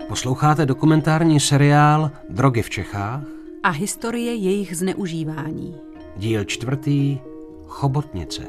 Posloucháte dokumentární seriál Drogy v Čechách a historie jejich zneužívání. Díl 4. Chobotnice.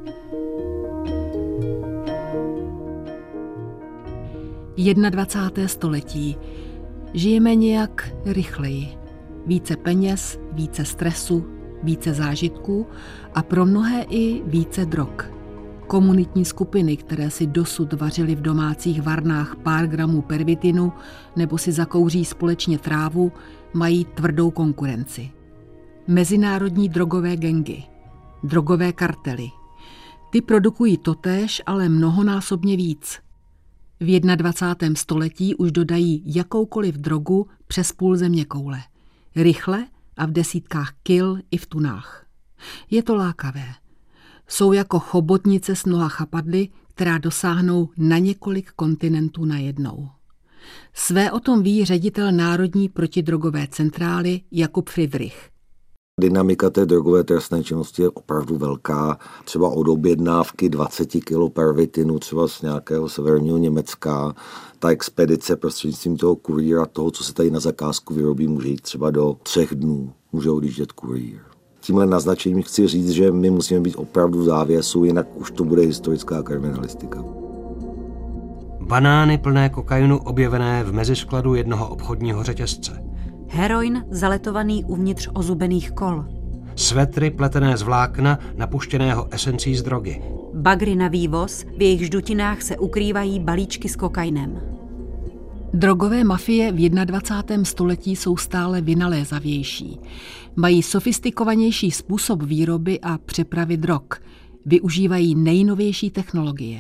- 21. století. Žijeme nějak rychleji. Více peněz, více stresu, více zážitků a pro mnohé i více drog. Komunitní skupiny, které si dosud vařily v domácích varnách pár gramů pervitinu nebo si zakouří společně trávu, mají tvrdou konkurenci. Mezinárodní drogové gangy, drogové kartely. Ty produkují totéž, ale mnohonásobně víc. V 21. století už dodají jakoukoliv drogu přes půl zeměkoule. Rychle a v desítkách kil i v tunách. Je to lákavé. Jsou jako chobotnice s mnoha chapadly, která dosáhnou na několik kontinentů najednou. Své o tom ví ředitel Národní protidrogové centrály Jakub Friedrich. Dynamika té drogové trestné činnosti je opravdu velká. Třeba od objednávky 20 kg pervitinu, třeba z nějakého severního Německa, ta expedice prostřednictvím toho kurýra, toho, co se tady na zakázku vyrobí, může jít třeba do 3 dnů. Může odjíždět kurýr. Tímhle naznačením chci říct, že my musíme být opravdu v závěsu, jinak už to bude historická kriminalistika. Banány plné kokainu objevené v meziskladu jednoho obchodního řetězce. Heroin zaletovaný uvnitř ozubených kol. Svetry pletené z vlákna napuštěného esencí z drogy. Bagry na vývoz, v jejich ždutinách se ukrývají balíčky s kokainem. Drogové mafie v 21. století jsou stále vynalézavější. Mají sofistikovanější způsob výroby a přepravy drog. Využívají nejnovější technologie.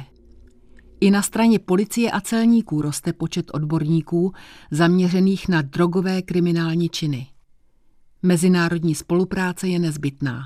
I na straně policie a celníků roste počet odborníků zaměřených na drogové kriminální činy. Mezinárodní spolupráce je nezbytná.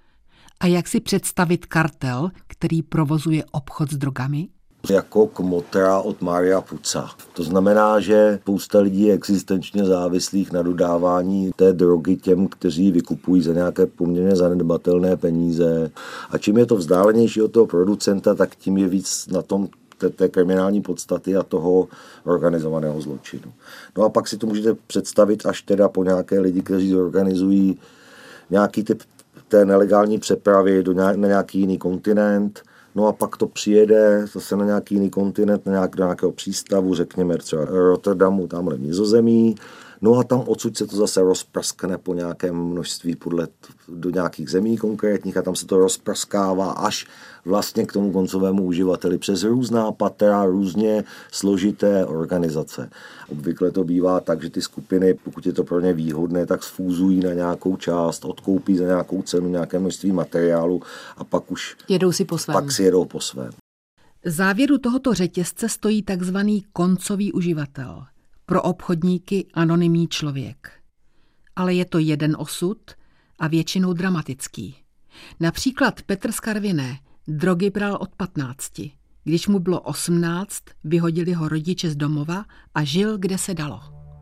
A jak si představit kartel, který provozuje obchod s drogami? Jako kmotra od Mária Puca. To znamená, že spousta lidí je existenčně závislých na dodávání té drogy těm, kteří ji vykupují za nějaké poměrně zanedbatelné peníze. A čím je to vzdálenější od toho producenta, tak tím je víc na tom té kriminální podstaty a toho organizovaného zločinu. No a pak si to můžete představit až teda po nějaké lidi, kteří organizují nějaký typ té nelegální přepravy na nějaký jiný kontinent. No a pak to přijede zase na nějaký jiný kontinent, do nějakého přístavu, řekněme třeba Rotterdamu, tamhle v Nizozemí. No a tam odsud se to zase rozprskne po nějakém množství do nějakých zemí konkrétních a tam se to rozprskává až vlastně k tomu koncovému uživateli přes různá patra, různě složité organizace. Obvykle to bývá tak, že ty skupiny, pokud je to pro ně výhodné, tak sfúzují na nějakou část, odkoupí za nějakou cenu nějaké množství materiálu a pak už jedou si po svém. Pak si jedou po svém. V závěru tohoto řetězce stojí takzvaný koncový uživatel. Pro obchodníky anonymní člověk. Ale je to jeden osud a většinou dramatický. Například Petr z Karviné drogy bral od 15. Když mu bylo 18, vyhodili ho rodiče z domova a žil, kde se dalo.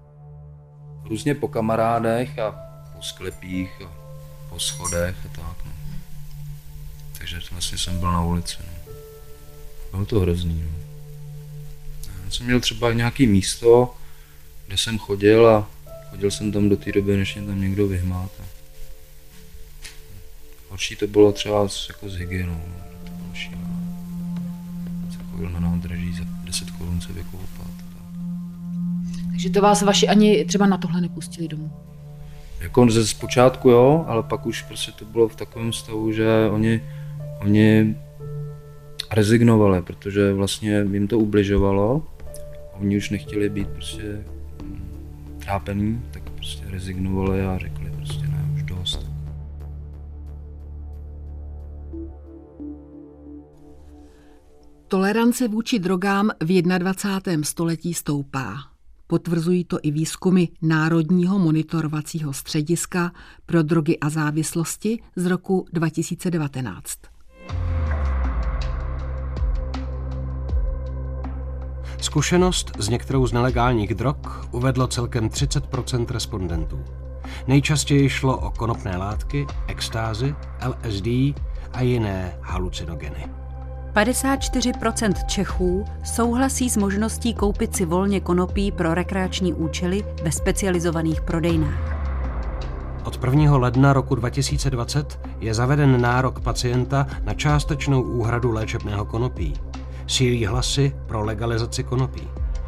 Různě po kamarádech a po sklepích a po schodech a tak. No. Takže vlastně jsem byl na ulici. No. Bylo to hrozný. No. Já jsem měl třeba nějaké místo, kde jsem chodil a chodil jsem tam do té doby, než mě tam někdo vyhmátá. Horší to bylo třeba jako s hygienou. To bylo šílené. Jsem chodil na nádraží za 10 korun se vykoupat. Takže to vás vaši ani třeba na tohle nepustili domů? Jako ze počátku jo, ale pak už prostě to bylo v takovém stavu, že oni rezignovali, protože vlastně jim to ubližovalo. Oni už nechtěli být prostě trápení, tak prostě rezignovali a řekli prostě ne, už dost. Tolerance vůči drogám v 21. století stoupá. Potvrzují to i výzkumy Národního monitorovacího střediska pro drogy a závislosti z roku 2019. Zkušenost s některou z nelegálních drog uvedlo celkem 30% respondentů. Nejčastěji šlo o konopné látky, extázy, LSD a jiné halucinogeny. 54% Čechů souhlasí s možností koupit si volně konopí pro rekreační účely ve specializovaných prodejnách. Od 1. ledna roku 2020 je zaveden nárok pacienta na částečnou úhradu léčebného konopí. Sílí hlasy pro legalizaci konopí.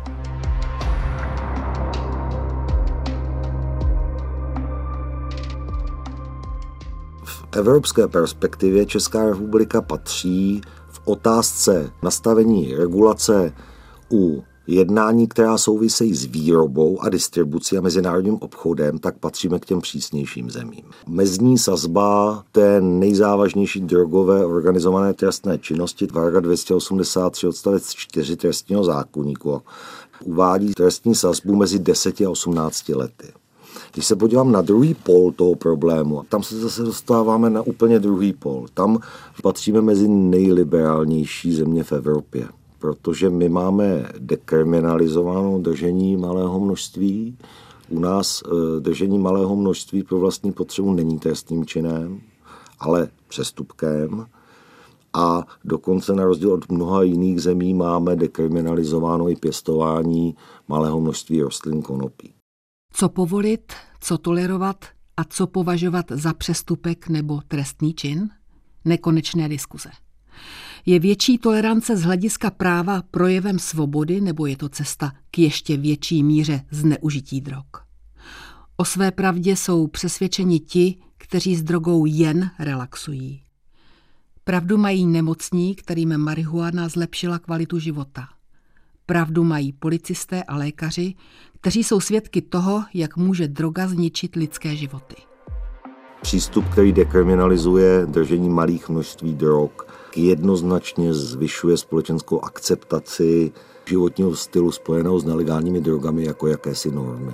V evropské perspektivě Česká republika patří v otázce nastavení regulace u jednání, která souvisejí s výrobou a distribucí a mezinárodním obchodem, tak patříme k těm přísnějším zemím. Mezní sazba té nejzávažnější drogové organizované trestné činnosti, paragraf 283 odstavec 4 trestního zákoníku, uvádí trestní sazbu mezi 10 a 18 lety. Když se podívám na druhý pól toho problému, tam se zase dostáváme na úplně druhý pól. Tam patříme mezi nejliberálnější země v Evropě, protože my máme dekriminalizovanou držení malého množství. U nás držení malého množství pro vlastní potřebu není trestným činem, ale přestupkem. A dokonce na rozdíl od mnoha jiných zemí máme dekriminalizováno i pěstování malého množství rostlin konopí. Co povolit, co tolerovat a co považovat za přestupek nebo trestný čin? Nekonečné diskuze. Je větší tolerance z hlediska práva projevem svobody, nebo je to cesta k ještě větší míře zneužití drog? O své pravdě jsou přesvědčeni ti, kteří s drogou jen relaxují. Pravdu mají nemocní, kterým marihuana zlepšila kvalitu života. Pravdu mají policisté a lékaři, kteří jsou svědky toho, jak může droga zničit lidské životy. Přístup, který dekriminalizuje držení malých množství drog, jednoznačně zvyšuje společenskou akceptaci životního stylu spojeného s nelegálními drogami jako jakési normy.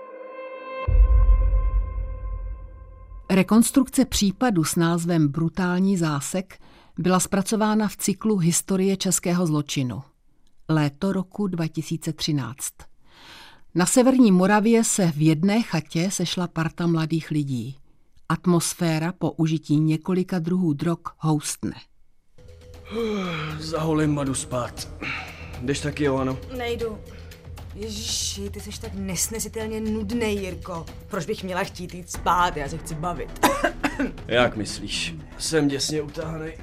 Rekonstrukce případu s názvem Brutální zásek byla zpracována v cyklu Historie českého zločinu. Léto roku 2013. Na severní Moravě se v jedné chatě sešla parta mladých lidí. Atmosféra po užití několika druhů drog houstne. Zaholím Madu spát. Jdeš taky, Johano? Nejdu. Ježiši, ty jsi tak nesnesitelně nudnej, Jirko. Proč bych měla chtít jít spát? Já se chci bavit. Jak myslíš? Jsem děsně utáhanej.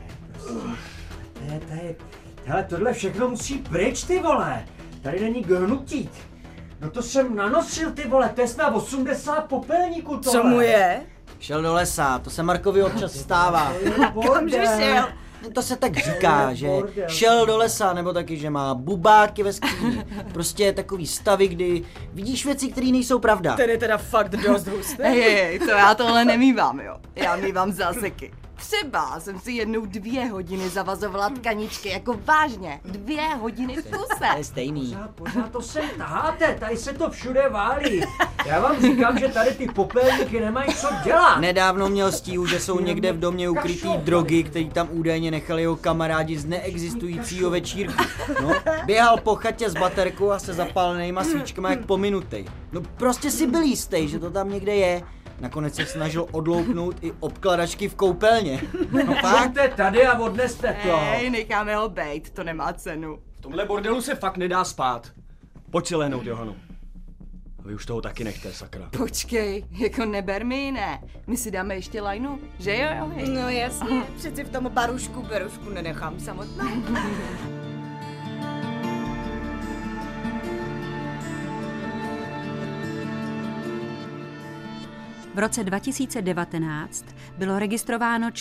Hele, tohle všechno musí pryč, ty vole. Tady není hnutí. No to jsem nanosil, ty vole, to je snad 80 popelníků tohle. Co mu je? Šel do lesa, to se Markovi občas stává. Kamže šel? To se tak říká, že šel do lesa, nebo taky, že má bubáky ve skříni. Prostě takový stavy, kdy vidíš věci, které nejsou pravda. Ten je teda fakt dost hustý. Hej, to já tohle nemývám, jo. Já mývám záseky. Třeba jsem si jednou 2 hodiny zavazovala tkaničky, jako vážně, 2 hodiny v kuse. To je stejný. Pořád to sem taháte, tady se to všude válí. Já vám říkám, že tady ty popelníky nemají co dělat. Nedávno měl stíhu, že jsou někde v domě ukrytý drogy, který tam údajně nechali jeho kamarádi z neexistujícího večírku. No, běhal po chatě s baterkou a se zapálenýma svíčkama jak pominutej. No prostě si byl jistý, že to tam někde je. Nakonec se snažil odloupnout i obkladačky v koupelně. No fakt? Tady a odneste to. Hej, necháme ho bejt, to nemá cenu. V tomhle bordelu se fakt nedá spát. Pojď si lehnout, Johanu. A vy už toho taky nechte, sakra. Počkej, jako neber mi, ne. My si dáme ještě lajnu, že jo? No jasně, přeci v tom berušku nenechám samotnou. V roce 2019 bylo registrováno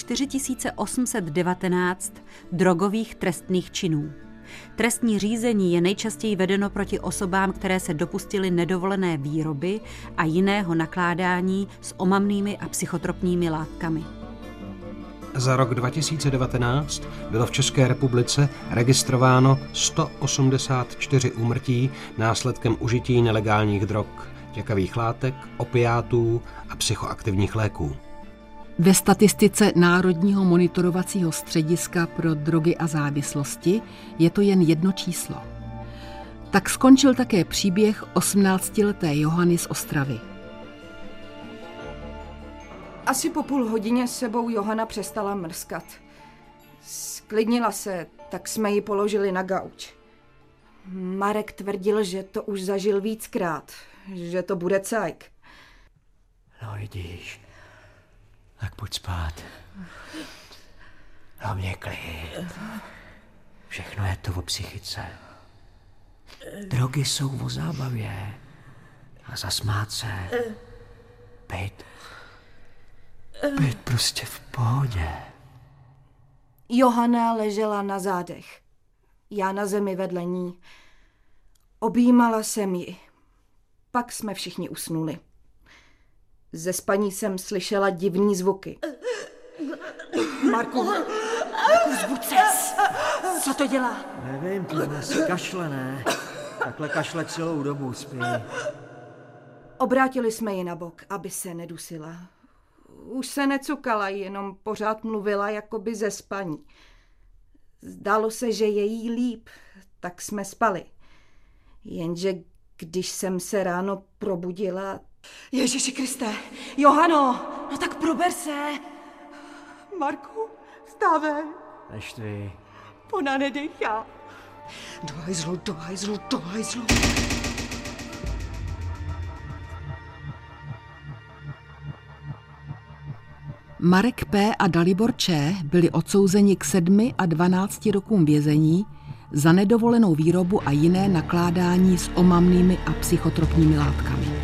4819 drogových trestných činů. Trestní řízení je nejčastěji vedeno proti osobám, které se dopustily nedovolené výroby a jiného nakládání s omamnými a psychotropními látkami. Za rok 2019 bylo v České republice registrováno 184 úmrtí následkem užití nelegálních drog, těkavých látek, opiátů a psychoaktivních léků. Ve statistice Národního monitorovacího střediska pro drogy a závislosti je to jen jedno číslo. Tak skončil také příběh 18leté Johany z Ostravy. Asi po půl hodině s sebou Johana přestala mrskat. Sklidnila se, tak jsme ji položili na gauč. Marek tvrdil, že to už zažil víckrát, že to bude cajk. No vidíš, tak pojď spát. Hlavně klid. Všechno je to o psychice. Drogy jsou o zábavě. A zasmát se. Být prostě v pohodě. Johana ležela na zádech. Já na zemi vedle ní. Objímala jsem ji. Pak jsme všichni usnuli. Ze spaní jsem slyšela divný zvuky. Marku, vzbuď ses. Co to dělá? Nevím, tohle si kašle, ne? Takhle kašle celou dobu, spí. Obrátili jsme ji na bok, aby se nedusila. Už se necukala, jenom pořád mluvila jakoby ze spaní. Zdálo se, že je jí líp, tak jsme spali. Jenže když jsem se ráno probudila... Ježiši Kriste, Johano, no tak prober se. Marku, vstávej. Neštví. Ona nedechá. Do hajzlu. Marek P. a Dalibor Č. byli odsouzeni k 7 a 12 rokům vězení za nedovolenou výrobu a jiné nakládání s omamnými a psychotropními látkami.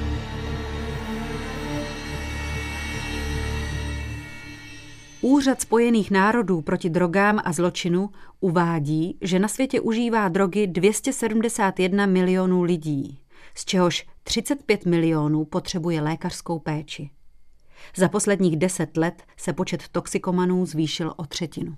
Úřad Spojených národů proti drogám a zločinu uvádí, že na světě užívá drogy 271 milionů lidí, z čehož 35 milionů potřebuje lékařskou péči. Za posledních 10 let se počet toxikomanů zvýšil o 1/3.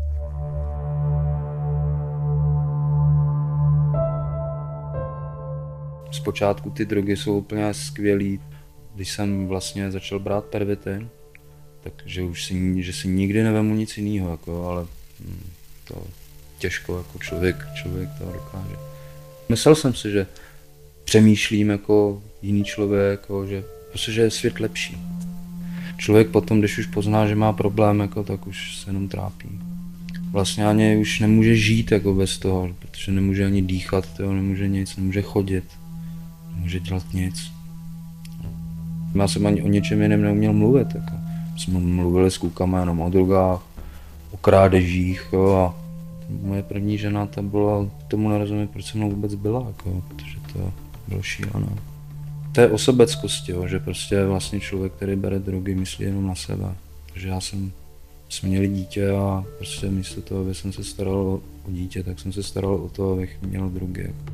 Zpočátku ty drogy jsou úplně skvělý. Když jsem vlastně začal brát pervitin, takže že si nikdy nevemu nic jiného, jako, ale to těžko jako člověk to dokáže. Myslel jsem si, že přemýšlím jako jiný člověk, jako, že je svět lepší. Člověk potom, když už pozná, že má problém, jako, tak už se jenom trápí. Vlastně ani už nemůže žít jako bez toho, protože nemůže ani dýchat, nemůže nic, nemůže chodit, nemůže dělat nic. Já jsem ani o něčem jiném neuměl mluvit. Jako. Jsme mluvili s klukama jenom o drogách, o krádežích, jo, a moje první žena tomu nerozumím, proč se mnou vůbec byla, jako, protože to bylo šílené. To je o sobeckosti, jo, že prostě vlastně člověk, který bere drogy, myslí jenom na sebe. Takže jsme měli dítě a prostě místo toho, aby jsem se staral o dítě, tak jsem se staral o to, abych měl drogy. Jako.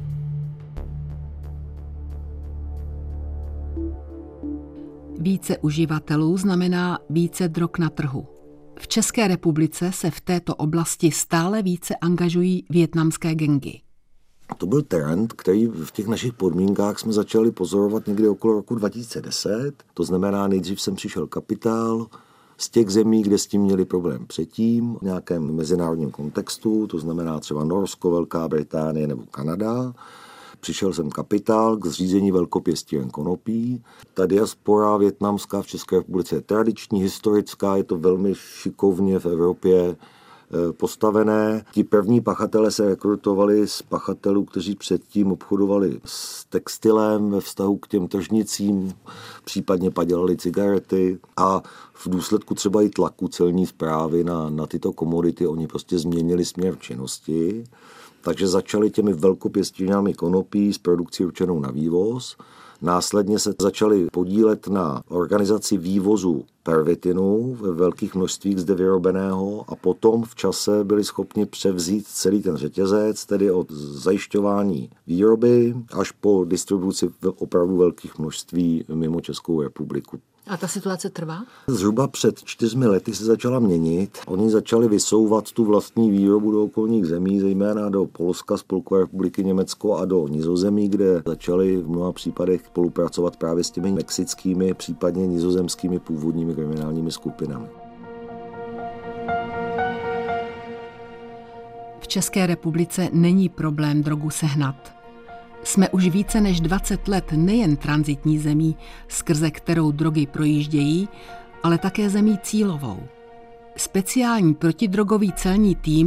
Více uživatelů znamená více drog na trhu. V České republice se v této oblasti stále více angažují vietnamské gangy. To byl trend, který v těch našich podmínkách jsme začali pozorovat někdy okolo roku 2010. To znamená, nejdřív sem přišel kapitál z těch zemí, kde s tím měli problém předtím, v nějakém mezinárodním kontextu, to znamená třeba Norsko, Velká Británie nebo Kanada. Přišel sem kapitál k zřízení velkopěstíren konopí. Ta diaspora vietnamská v České republice je tradiční, historická, je to velmi šikovně v Evropě postavené. Ti první pachatelé se rekrutovali z pachatelů, kteří předtím obchodovali s textilem ve vztahu k těm tržnicím, případně padělali cigarety a v důsledku třeba i tlaku celní správy na tyto komodity oni prostě změnili směr činnosti. Takže začali těmi velkopěstírnami konopí s produkcí určenou na vývoz. Následně se začali podílet na organizaci vývozu pervitinu ve velkých množstvích zde vyrobeného a potom v čase byli schopni převzít celý ten řetězec, tedy od zajišťování výroby až po distribuci v opravdu velkých množství mimo Českou republiku. A ta situace trvá? Zhruba před 4 lety se začala měnit. Oni začali vysouvat tu vlastní výrobu do okolních zemí, zejména do Polska, Spolkové republiky Německo a do Nizozemí, kde začali v mnoha případech spolupracovat právě s těmi mexickými, případně nizozemskými původními kriminálními skupinami. V České republice není problém drogu sehnat. Jsme už více než 20 let nejen tranzitní zemí, skrze kterou drogy projíždějí, ale také zemí cílovou. Speciální protidrogový celní tým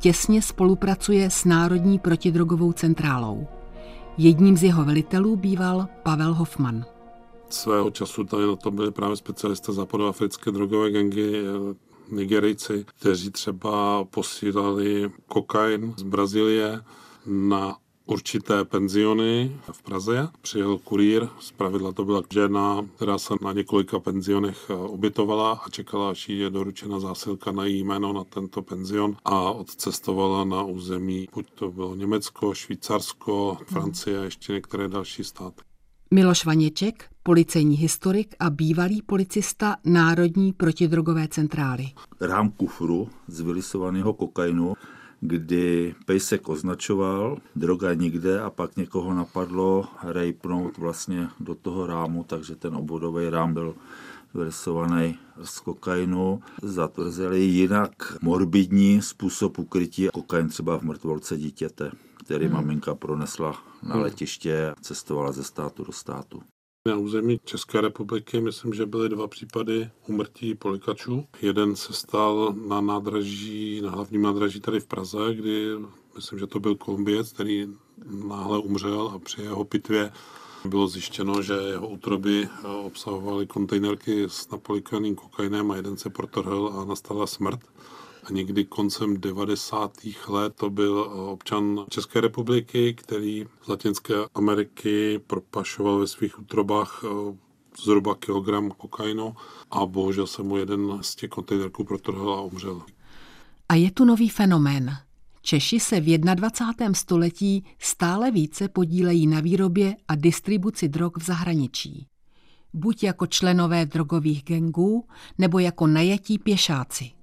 těsně spolupracuje s Národní protidrogovou centrálou. Jedním z jeho velitelů býval Pavel Hofman. Svého času tady na to byli právě specialisté západoafrické drogové gangy, Nigerijci, kteří třeba posílali kokain z Brazílie na určité penziony v Praze. Přijel kurýr, zpravidla to byla žena, která se na několika penzionech ubytovala a čekala, až jí je doručena zásilka na její jméno na tento penzion a odcestovala na území, buď to bylo Německo, Švýcarsko, Francie a ještě některé další státy. Miloš Vaněček, policejní historik a bývalý policista Národní protidrogové centrály. Rám kufru z vylisovaného kokainu, kdy pejsek označoval, droga nikde a pak někoho napadlo rejpnout vlastně do toho rámu, takže ten obvodový rám byl vylisovaný z kokainu. Zatvrzeli jinak morbidní způsob ukrytí kokain třeba v mrtvolce dítěte, který maminka pronesla na letiště a cestovala ze státu do státu. Na území České republiky myslím, že byly 2 případy úmrtí polikačů. Jeden se stal na hlavním nádraží tady v Praze, kdy myslím, že to byl Kolumbiec, který náhle umřel a při jeho pitvě bylo zjištěno, že jeho útroby obsahovaly kontejnerky s napolikaným kokainem a jeden se protrhl a nastala smrt. A někdy koncem 90. let to byl občan České republiky, který z Latinské Ameriky propašoval ve svých útrobách zhruba kilogram kokainu a bohužel se mu jeden z těch kontejnerků protrhl a umřel. A je tu nový fenomén. Češi se v 21. století stále více podílejí na výrobě a distribuci drog v zahraničí. Buď jako členové drogových gangů, nebo jako najetí pěšáci.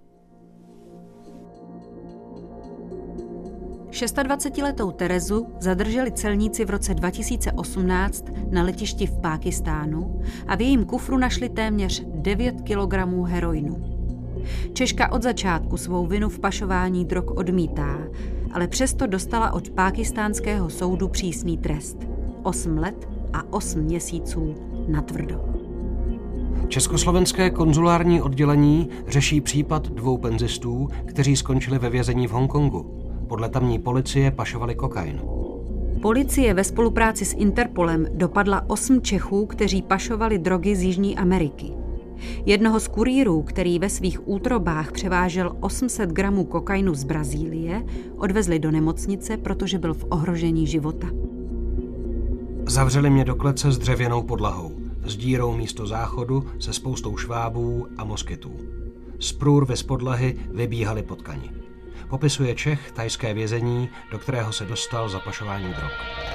26letou Terezu zadrželi celníci v roce 2018 na letišti v Pákistánu a v jejím kufru našli téměř 9 kilogramů heroinu. Češka od začátku svou vinu v pašování drog odmítá, ale přesto dostala od pákistánského soudu přísný trest. 8 let a 8 měsíců natvrdo. Československé konzulární oddělení řeší případ 2 penzistů, kteří skončili ve vězení v Hongkongu. Podle tamní policie pašovali kokain. Policie ve spolupráci s Interpolem dopadla 8 Čechů, kteří pašovali drogy z Jižní Ameriky. Jednoho z kurýrů, který ve svých útrobách převážel 800 gramů kokainu z Brazílie, odvezli do nemocnice, protože byl v ohrožení života. Zavřeli mě do klece s dřevěnou podlahou, s dírou místo záchodu, se spoustou švábů a moskytů. Z průr bez podlahy vybíhali potkani. Popisuje Čech thajské vězení, do kterého se dostal za pašování drog.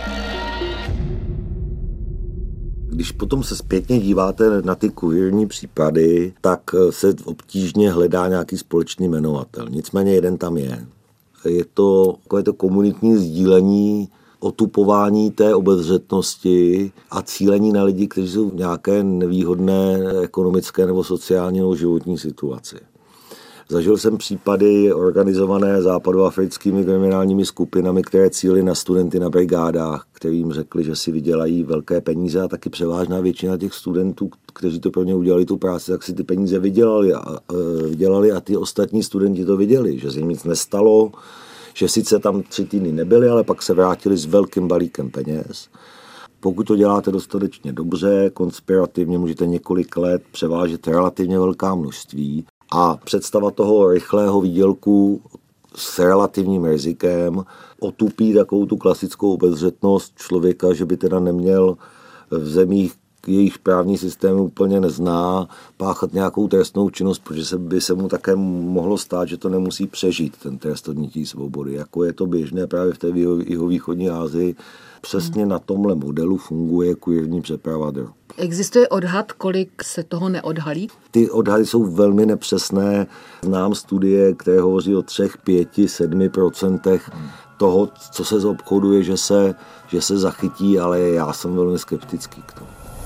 Když potom se zpětně díváte na ty kurírní případy, tak se obtížně hledá nějaký společný jmenovatel. Nicméně jeden tam je. Je to komunitní sdílení, otupování té obezřetnosti a cílení na lidi, kteří jsou v nějaké nevýhodné ekonomické nebo sociální nebo životní situaci. Zažil jsem případy organizované západoafrickými kriminálními skupinami, které cílily na studenty na brigádách, kterým řekli, že si vydělají velké peníze a taky převážná většina těch studentů, kteří to pro ně udělali tu práci, tak si ty peníze vydělali a ty ostatní studenti to viděli, že se jim nic nestalo, že sice tam 3 týdny nebyli, ale pak se vrátili s velkým balíkem peněz. Pokud to děláte dostatečně dobře, konspirativně můžete několik let převážet relativně velká množství. A představa toho rychlého výdělku s relativním rizikem otupí takovou tu klasickou obezřetnost člověka, že by teda neměl v zemích, jejich právní systém úplně nezná, páchat nějakou trestnou činnost, protože by se mu také mohlo stát, že to nemusí přežít, ten trest odnětí svobody. Jako je to běžné právě v té jihovýchodní Asii. Přesně na tomhle modelu funguje kurírní přeprava drog. Existuje odhad, kolik se toho neodhalí? Ty odhady jsou velmi nepřesné. Znám studie, které hovoří o 3, 5, 7% toho, co se zobchoduje, že se zachytí, ale já jsem velmi skeptický k tomu.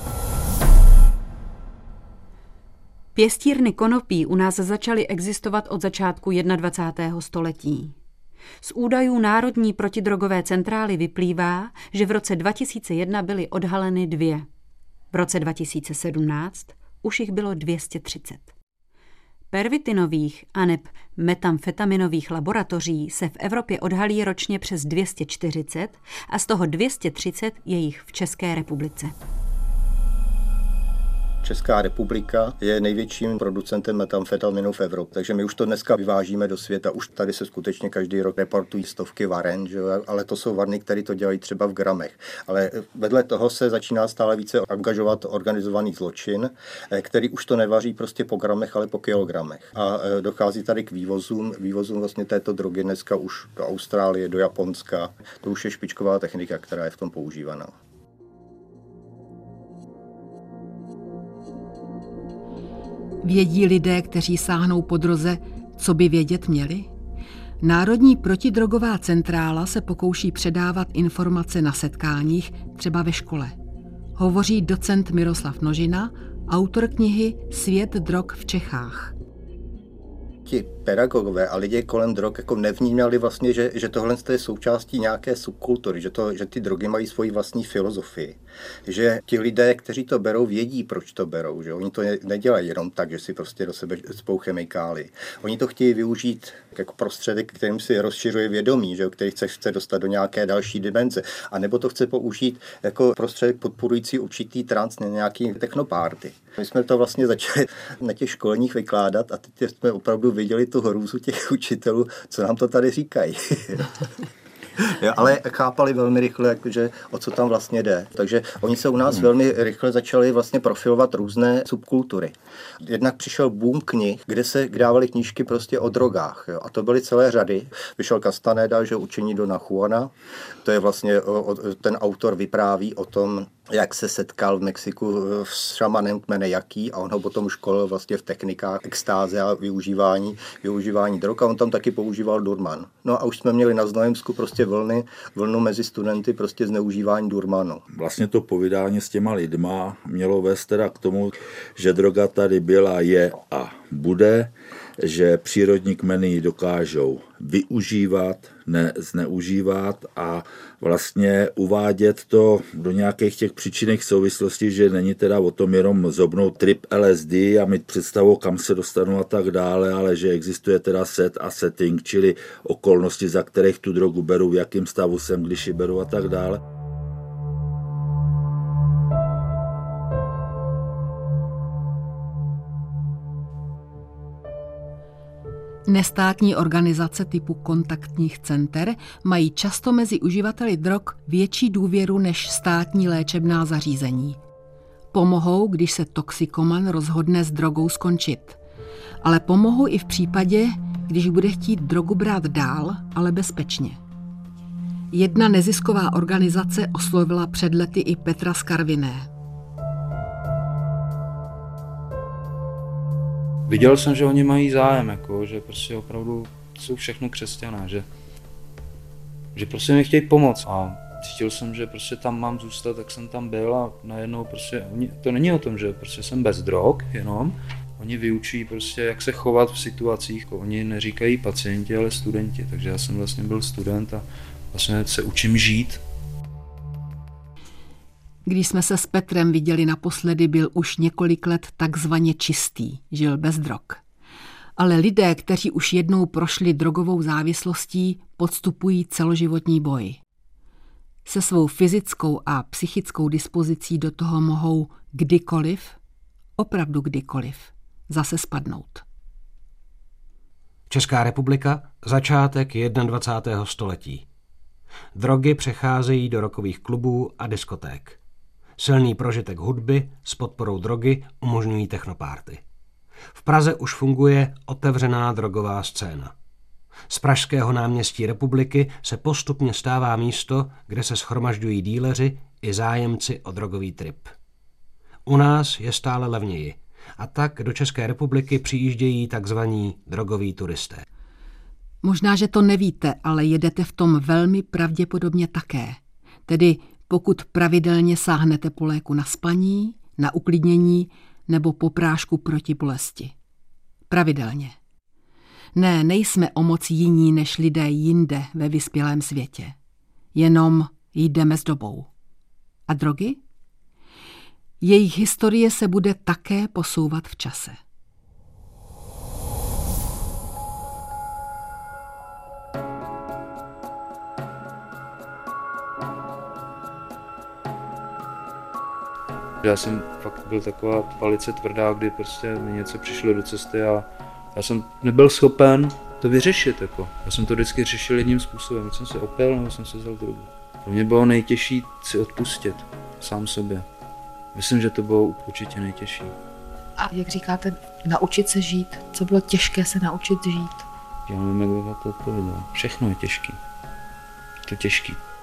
Pěstírny konopí u nás začaly existovat od začátku 21. století. Z údajů Národní protidrogové centrály vyplývá, že v roce 2001 byly odhaleny 2. V roce 2017 už jich bylo 230. pervitinových aneb metamfetaminových laboratoří se v Evropě odhalí ročně přes 240 a z toho 230 je jich v České republice. Česká republika je největším producentem metamfetaminu v Evropě, takže my už to dneska vyvážíme do světa. Už tady se skutečně každý rok reportují stovky varen, že? Ale to jsou varny, které to dělají třeba v gramech. Ale vedle toho se začíná stále více angažovat organizovaný zločin, který už to nevaří prostě po gramech, ale po kilogramech. A dochází tady k vývozům vlastně této drogy dneska už do Austrálie, do Japonska. To už je špičková technika, která je v tom používaná. Vědí lidé, kteří sáhnou po droze, co by vědět měli? Národní protidrogová centrála se pokouší předávat informace na setkáních, třeba ve škole. Hovoří docent Miroslav Nožina, autor knihy Svět drog v Čechách. Ti pedagogové a lidi kolem drog jako nevnímali vlastně, že tohle je součástí nějaké subkultury, že ty drogy mají svoji vlastní filozofii. Že ti lidé, kteří to berou, vědí, proč to berou. Že oni to nedělají jenom tak, že si prostě do sebe cpou chemikály. Oni to chtějí využít jako prostředek, kterým si rozšiřuje vědomí, že, který chce dostat do nějaké další dimenze. A nebo to chce použít jako prostředek podporující určitý trans, nějaký technopárty. My jsme to vlastně začali na těch školních vykládat a teď jsme opravdu viděli tu hrůzu těch učitelů, co nám to tady říkají. Ale chápali velmi rychle, že o co tam vlastně jde. Takže oni se u nás velmi rychle začali vlastně profilovat různé subkultury. Jednak přišel boom knih, kde se dávaly knížky prostě o drogách. Jo. A to byly celé řady. Vyšel Castaneda, že Učení Dona Juana. To je vlastně, ten autor vypráví o tom, jak se setkal v Mexiku s šamanem kmene Jaký a on ho potom školil vlastně v technikách extáze a využívání drog a on tam taky používal durman. No a už jsme měli na Znojemsku prostě vlnu mezi studenty prostě zneužívání durmanu. Vlastně to povídání s těma lidma mělo vést teda k tomu, že droga tady byla, je a bude, že přírodní kmeny ji dokážou využívat, ne zneužívat a vlastně uvádět to do nějakých těch příčinných souvislostí, že není teda o tom jenom zobnout trip LSD a mít představu, kam se dostanu a tak dále, ale že existuje teda set a setting, čili okolnosti, za kterých tu drogu beru, v jakém stavu jsem, když ji beru a tak dále. Nestátní organizace typu kontaktních center mají často mezi uživateli drog větší důvěru než státní léčebná zařízení. Pomohou, když se toxikoman rozhodne s drogou skončit. Ale pomohou i v případě, když bude chtít drogu brát dál, ale bezpečně. Jedna nezisková organizace oslovila před lety i Petra Skarviné. Viděl jsem, že oni mají zájem, jako, že prostě opravdu jsou všechno křesťané, že prostě mi chtějí pomoct a cítil jsem, že prostě tam mám zůstat, tak jsem tam byl a najednou prostě, to není o tom, že prostě jsem bez drog jenom, oni vyučují prostě, jak se chovat v situacích, oni neříkají pacienti, ale studenti, takže já jsem vlastně byl student a vlastně se učím žít. Když jsme se s Petrem viděli naposledy, byl už několik let takzvaně čistý, žil bez drog. Ale lidé, kteří už jednou prošli drogovou závislostí, podstupují celoživotní boj. Se svou fyzickou a psychickou dispozicí do toho mohou kdykoliv, opravdu kdykoliv, zase spadnout. Česká republika, začátek 21. století. Drogy přecházejí do rockových klubů a diskoték. Silný prožitek hudby s podporou drogy umožňují technopárty. V Praze už funguje otevřená drogová scéna. Z pražského náměstí Republiky se postupně stává místo, kde se shromažďují díleři i zájemci o drogový trip. U nás je stále levněji a tak do České republiky přijíždějí takzvaní drogoví turisté. Možná, že to nevíte, ale jedete v tom velmi pravděpodobně také. Tedy pokud pravidelně sáhnete po léku na spaní, na uklidnění nebo po prášku proti bolesti. Pravidelně. Ne, nejsme o moc jiní než lidé jinde ve vyspělém světě. Jenom jdeme s dobou. A drogy? Jejich historie se bude také posouvat v čase. Já jsem fakt byl taková velice tvrdá, kdy prostě mi něco přišlo do cesty a já jsem nebyl schopen to vyřešit. Jako. Já jsem to vždycky řešil jedním způsobem. Když jsem se opil, nebo jsem se vzal drogu. Pro mě bylo nejtěžší si odpustit sám sobě. Myslím, že to bylo určitě nejtěžší. A jak říkáte, naučit se žít? Co bylo těžké se naučit žít? Já nevím, jak bych to odpověděl. Všechno je těžký. Je to těžký.